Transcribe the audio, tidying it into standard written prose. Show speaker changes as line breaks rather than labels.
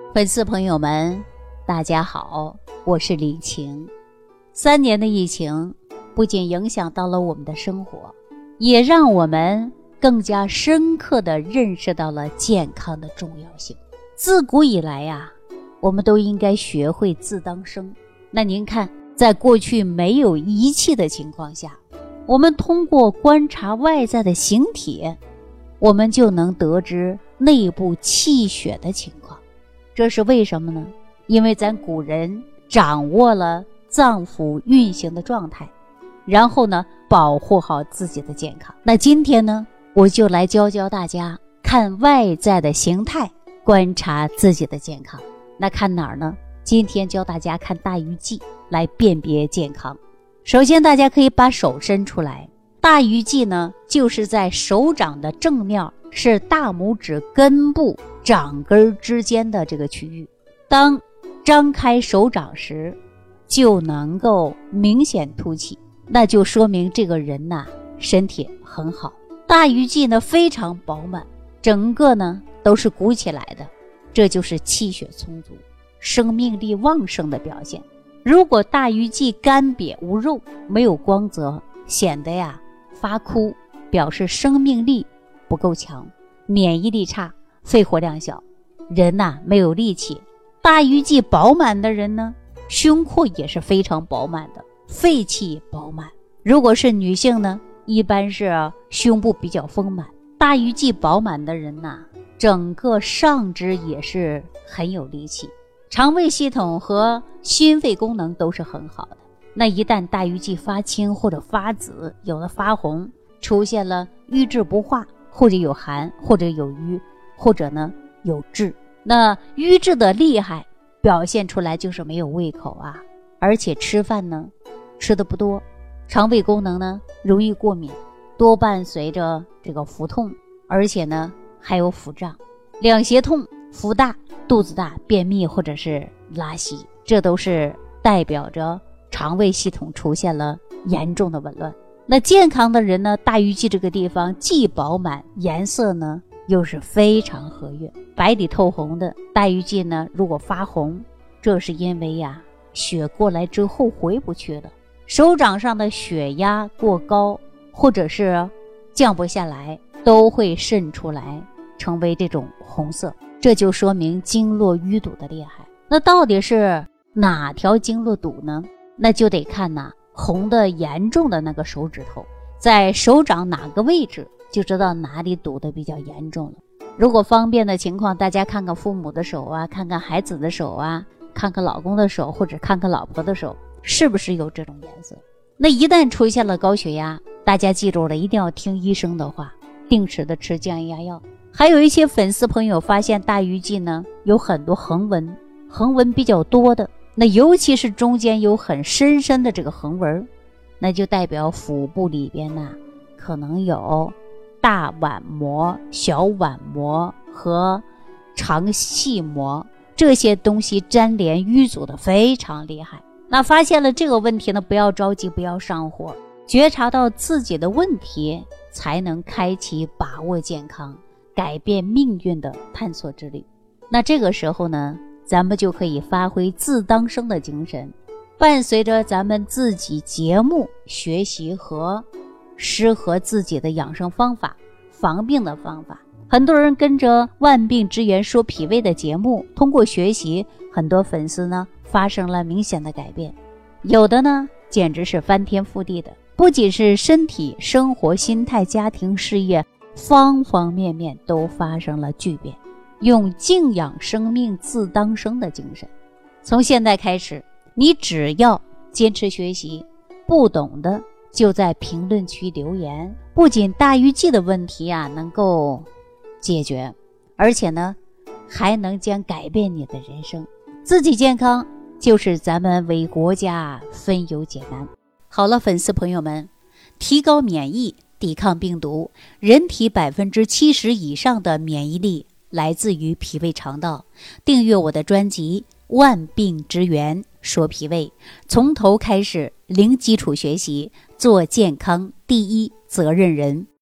粉丝朋友们，大家好，我是李晴。3年的疫情不仅影响到了我们的生活，也让我们更加深刻地认识到了健康的重要性。自古以来呀，我们都应该学会自当生。那您看，在过去没有仪器的情况下，我们通过观察外在的形体，我们就能得知内部气血的情况。这是为什么呢？因为咱古人掌握了脏腑运行的状态，然后呢，保护好自己的健康。那今天呢，我就来教大家看外在的形态，观察自己的健康。那看哪儿呢？今天教大家看大鱼际来辨别健康。首先大家可以把手伸出来，大鱼际呢，就是在手掌的正面，是大拇指根部掌根之间的这个区域。当张开手掌时，就能够明显凸起，那就说明这个人呐，身体很好。大鱼际呢非常饱满，整个呢都是鼓起来的，这就是气血充足、生命力旺盛的表现。如果大鱼际干瘪无肉，没有光泽，显得呀发枯，表示生命力不够强，免疫力差，肺活量小，人呐没有力气。大鱼际饱满的人呢，胸廓也是非常饱满的，肺气饱满。如果是女性呢，一般是胸部比较丰满。大鱼际饱满的人呐，整个上肢也是很有力气，肠胃系统和心肺功能都是很好的。那一旦大鱼际发青或者发紫，有的发红，出现了瘀滞不化，或者有寒，或者有瘀，或者呢有滞。那瘀滞的厉害，表现出来就是没有胃口啊，而且吃饭呢吃的不多，肠胃功能呢容易过敏，多伴随着这个腹痛，而且呢还有腹胀、两胁痛、腹大、肚子大、便秘或者是拉稀，这都是代表着肠胃系统出现了严重的紊乱。那健康的人呢，大鱼际这个地方既饱满，颜色呢又是非常和悦，白里透红的。大鱼际呢如果发红，这是因为呀血过来之后回不去了，手掌上的血压过高或者是降不下来，都会渗出来成为这种红色，这就说明经络淤堵的厉害。那到底是哪条经络堵呢？那就得看红的严重的那个手指头，在手掌哪个位置就知道哪里堵得比较严重了。如果方便的情况，大家看看父母的手啊，看看孩子的手啊，看看老公的手，或者看看老婆的手，是不是有这种颜色。那一旦出现了高血压，大家记住了，一定要听医生的话，定时的吃降压药。还有一些粉丝朋友发现大鱼际呢有很多横纹，横纹比较多的，那尤其是中间有很深深的这个横纹，那就代表腹部里边可能有大脘膜、小脘膜和肠系膜，这些东西粘连淤阻的非常厉害。那发现了这个问题呢，不要着急，不要上火，觉察到自己的问题，才能开启把握健康、改变命运的探索之旅。那这个时候呢，咱们就可以发挥自当生的精神，伴随着咱们自己节目学习和适合自己的养生方法、防病的方法。很多人跟着万病之源说脾胃的节目，通过学习，很多粉丝呢发生了明显的改变，有的呢简直是翻天覆地的，不仅是身体、生活、心态、家庭、事业方方面面都发生了巨变。用静养生命自当生的精神，从现在开始，你只要坚持学习，不懂的就在评论区留言，不仅大鱼际的问题能够解决，而且呢还能将改变你的人生。自己健康就是咱们为国家分忧解难。好了，粉丝朋友们，提高免疫，抵抗病毒，人体70%以上的免疫力来自于脾胃肠道。订阅我的专辑万病之源说脾胃，从头开始，零基础学习，做健康第一责任人。